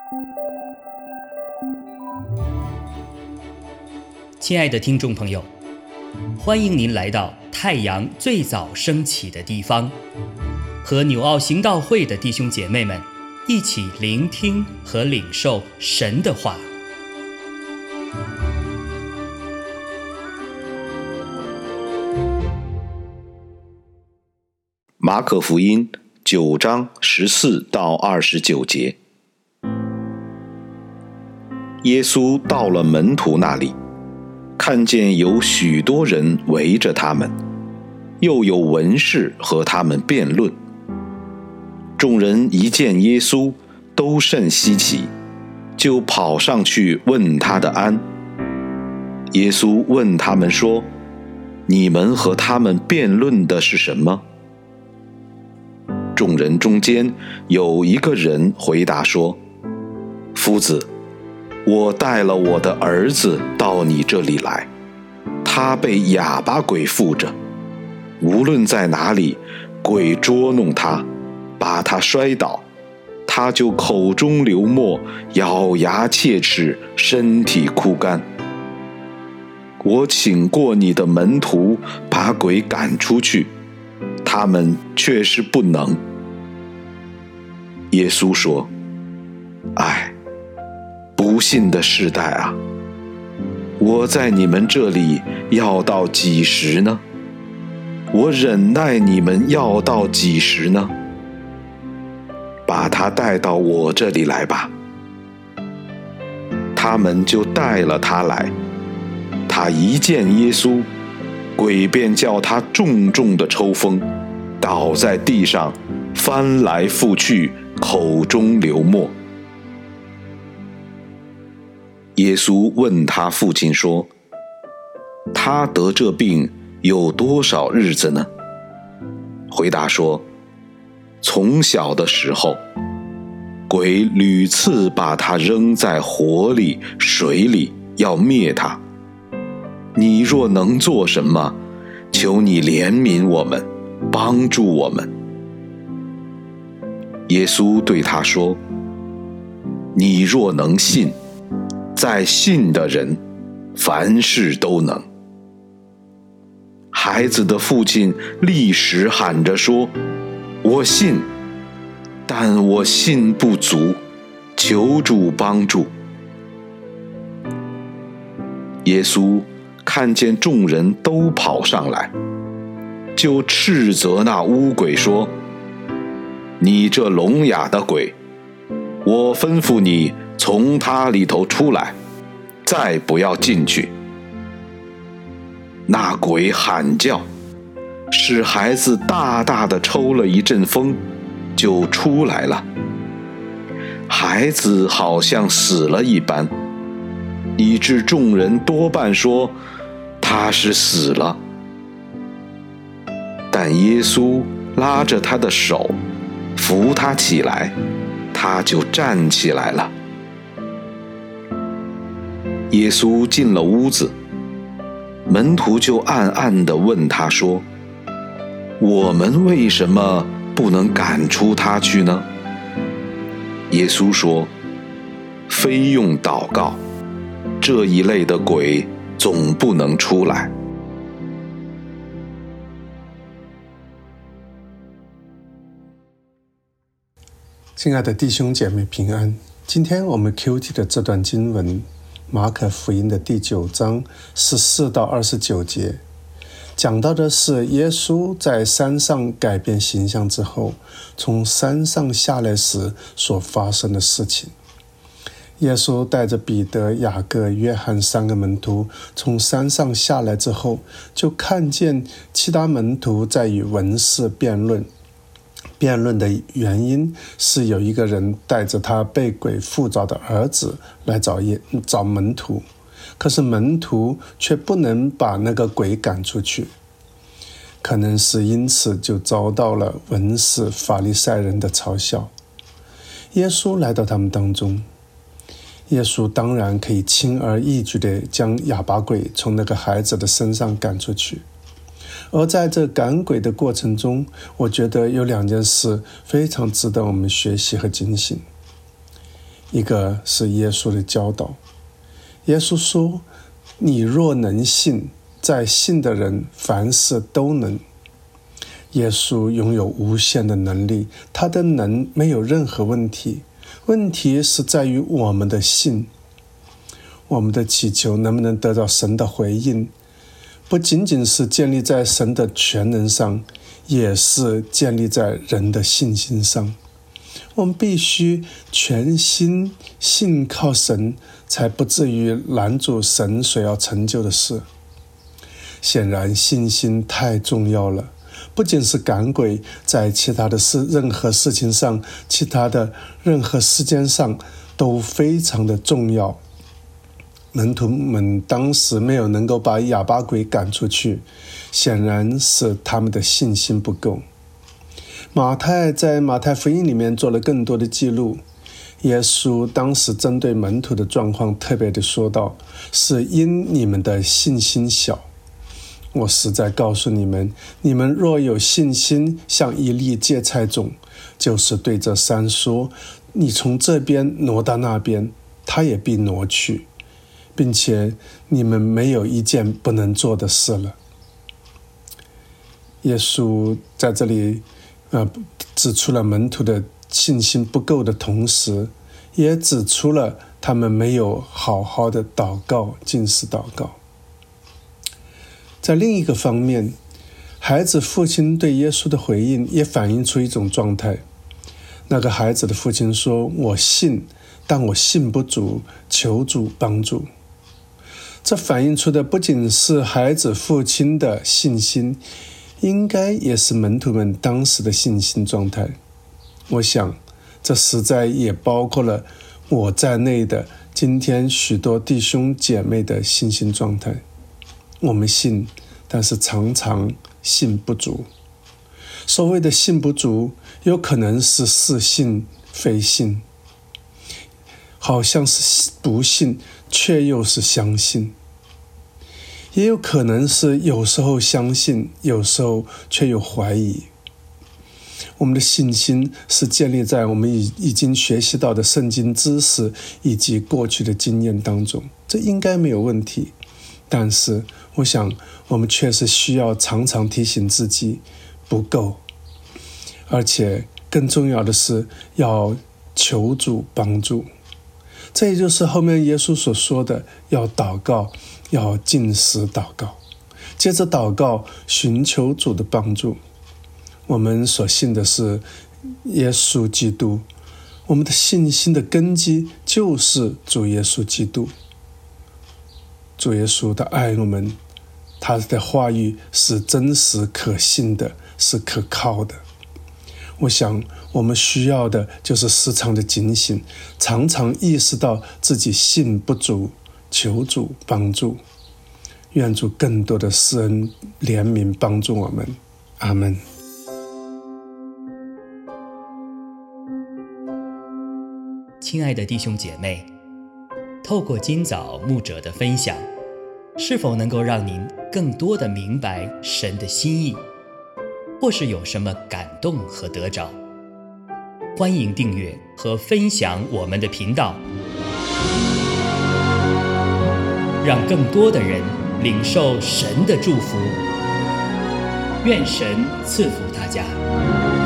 亲爱的听众朋友，欢迎您来到太阳最早升起的地方，和纽奥行道会的弟兄姐妹们一起聆听和领受神的话。 马可福音9章14到29节。耶稣到了门徒那里，看见有许多人围着他们，又有文士和他们辩论。众人一见耶稣，都甚稀奇，就跑上去问他的安。耶稣问他们说：“你们和他们辩论的是什么？”众人中间有一个人回答说：“夫子，我带了我的儿子到你这里来，他被哑巴鬼附着，无论在哪里，鬼捉弄他，把他摔倒，他就口中流沫，咬牙切齿，身体枯干。我请过你的门徒把鬼赶出去，他们却是不能。”耶稣说：“唉，不信的世代啊，我在你们这里要到几时呢？我忍耐你们要到几时呢？把他带到我这里来吧。”他们就带了他来。他一见耶稣，鬼便叫他重重的抽风，倒在地上，翻来覆去，口中流沫。耶稣问他父亲说：“他得这病有多少日子呢？”回答说：“从小的时候，鬼屡次把他扔在火里、水里，要灭他。你若能做什么，求你怜悯我们，帮助我们。”耶稣对他说：“你若能信，在信的人，凡事都能。”孩子的父亲立时喊着说：“我信，但我信不足，求主帮助。”耶稣看见众人都跑上来，就斥责那污鬼说：“你这聋哑的鬼，我吩咐你从他里头出来，再不要进去。”那鬼喊叫，使孩子大大的抽了一阵风，就出来了。孩子好像死了一般，以致众人多半说他是死了。但耶稣拉着他的手，扶他起来，他就站起来了。耶稣进了屋子，门徒就暗暗地问他说：“我们为什么不能赶出他去呢？”耶稣说：“非用祷告，这一类的鬼总不能出来。” 亲爱的弟兄姐妹平安，今天我们 QT 的这段经文，马可福音的第9章14到29节，讲到的是耶稣在山上改变形象之后，从山上下来时所发生的事情。耶稣带着彼得、雅各、约翰3个门徒从山上下来之后，就看见其他门徒在与文士辩论。辩论的原因是有一个人带着他被鬼附着的儿子来找门徒，可是门徒却不能把那个鬼赶出去，可能是因此就遭到了文士法利赛人的嘲笑。耶稣来到他们当中，耶稣当然可以轻而易举地将哑巴鬼从那个孩子的身上赶出去。而在这赶鬼的过程中，我觉得有2件事非常值得我们学习和警醒。 一个是耶稣的教导。耶稣说，你若能信，在信的人凡事都能。耶稣拥有无限的能力，他的能没有任何问题，问题是在于我们的信。我们的祈求能不能得到神的回应，不仅仅是建立在神的全能上，也是建立在人的信心上。我们必须全心信靠神，才不至于拦阻神所要成就的事。显然信心太重要了，不仅是赶鬼，在其他的任何事情上，其他的任何时间上都非常的重要。门徒们当时没有能够把哑巴鬼赶出去，显然是他们的信心不够。马太在马太福音里面做了更多的记录，耶稣当时针对门徒的状况特别的说道，是因你们的信心小。我实在告诉你们，你们若有信心像一粒芥菜种，就是对这山说，你从这边挪到那边，它也必挪去，并且你们没有一件不能做的事了。耶稣在这里指出了门徒的信心不够的同时，也指出了他们没有好好的祷告，禁食祷告。在另一个方面，孩子父亲对耶稣的回应也反映出一种状态。那个孩子的父亲说，我信，但我信不足，求主帮助。这反映出的不仅是孩子父亲的信心，应该也是门徒们当时的信心状态。我想这实在也包括了我在内的今天许多弟兄姐妹的信心状态。我们信，但是常常信不足。所谓的信不足，有可能是似信非信，好像是不信却又是相信，也有可能是有时候相信，有时候却又怀疑。我们的信心是建立在我们已经学习到的圣经知识以及过去的经验当中，这应该没有问题。但是我想我们确实需要常常提醒自己不够，而且更重要的是要求主帮助。这也就是后面耶稣所说的，要祷告，要禁食祷告，接着祷告，寻求主的帮助。我们所信的是耶稣基督，我们的信心的根基就是主耶稣基督。主耶稣的爱我们，他的话语是真实可信的，是可靠的。我想我们需要的就是时常的警醒，常常意识到自己信不足，求主帮助。愿主更多的施恩怜悯帮助我们。阿们。 亲爱的弟兄姐妹，透过今早牧者的分享，是否能够让您更多的明白神的心意，或是有什么感动和得着？欢迎订阅和分享我们的频道，让更多的人领受神的祝福。愿神赐福大家。